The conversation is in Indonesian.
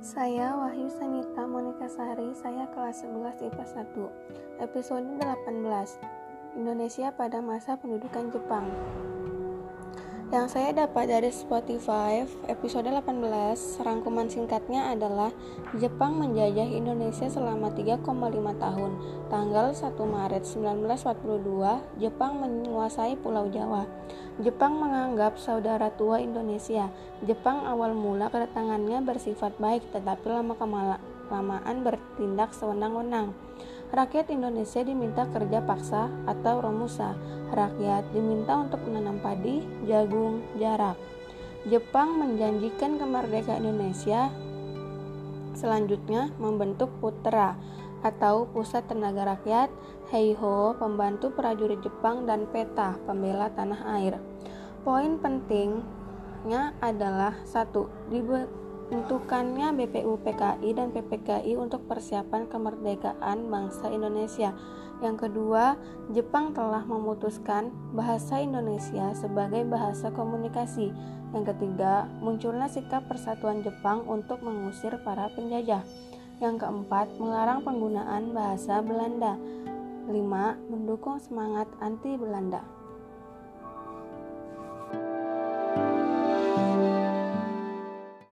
Saya Wahyu Sanita Monika Sari, saya kelas 11 IPA 1. Episode 18. Indonesia pada masa pendudukan Jepang. Yang saya dapat dari Spotify, episode 18, rangkuman singkatnya adalah Jepang menjajah Indonesia selama 3,5 tahun. Tanggal 1 Maret 1942, Jepang menguasai Pulau Jawa. Jepang menganggap saudara tua Indonesia. Jepang awal mula kedatangannya bersifat baik, tetapi lama-kelamaan bertindak sewenang-wenang. Rakyat Indonesia diminta kerja paksa atau romusa. Rakyat diminta untuk menanam padi, jagung, jarak. Jepang menjanjikan kemerdekaan Indonesia. Selanjutnya membentuk Putra atau Pusat Tenaga Rakyat, Heiho, pembantu prajurit Jepang, dan Peta, pembela tanah air. Poin pentingnya adalah 1. Dibentukannya BPUPKI dan PPKI untuk persiapan kemerdekaan bangsa Indonesia. Yang kedua, Jepang telah memutuskan bahasa Indonesia sebagai bahasa komunikasi. Yang ketiga, munculnya sikap persatuan Jepang untuk mengusir para penjajah. Yang keempat, melarang penggunaan bahasa Belanda. 5. Mendukung semangat anti Belanda.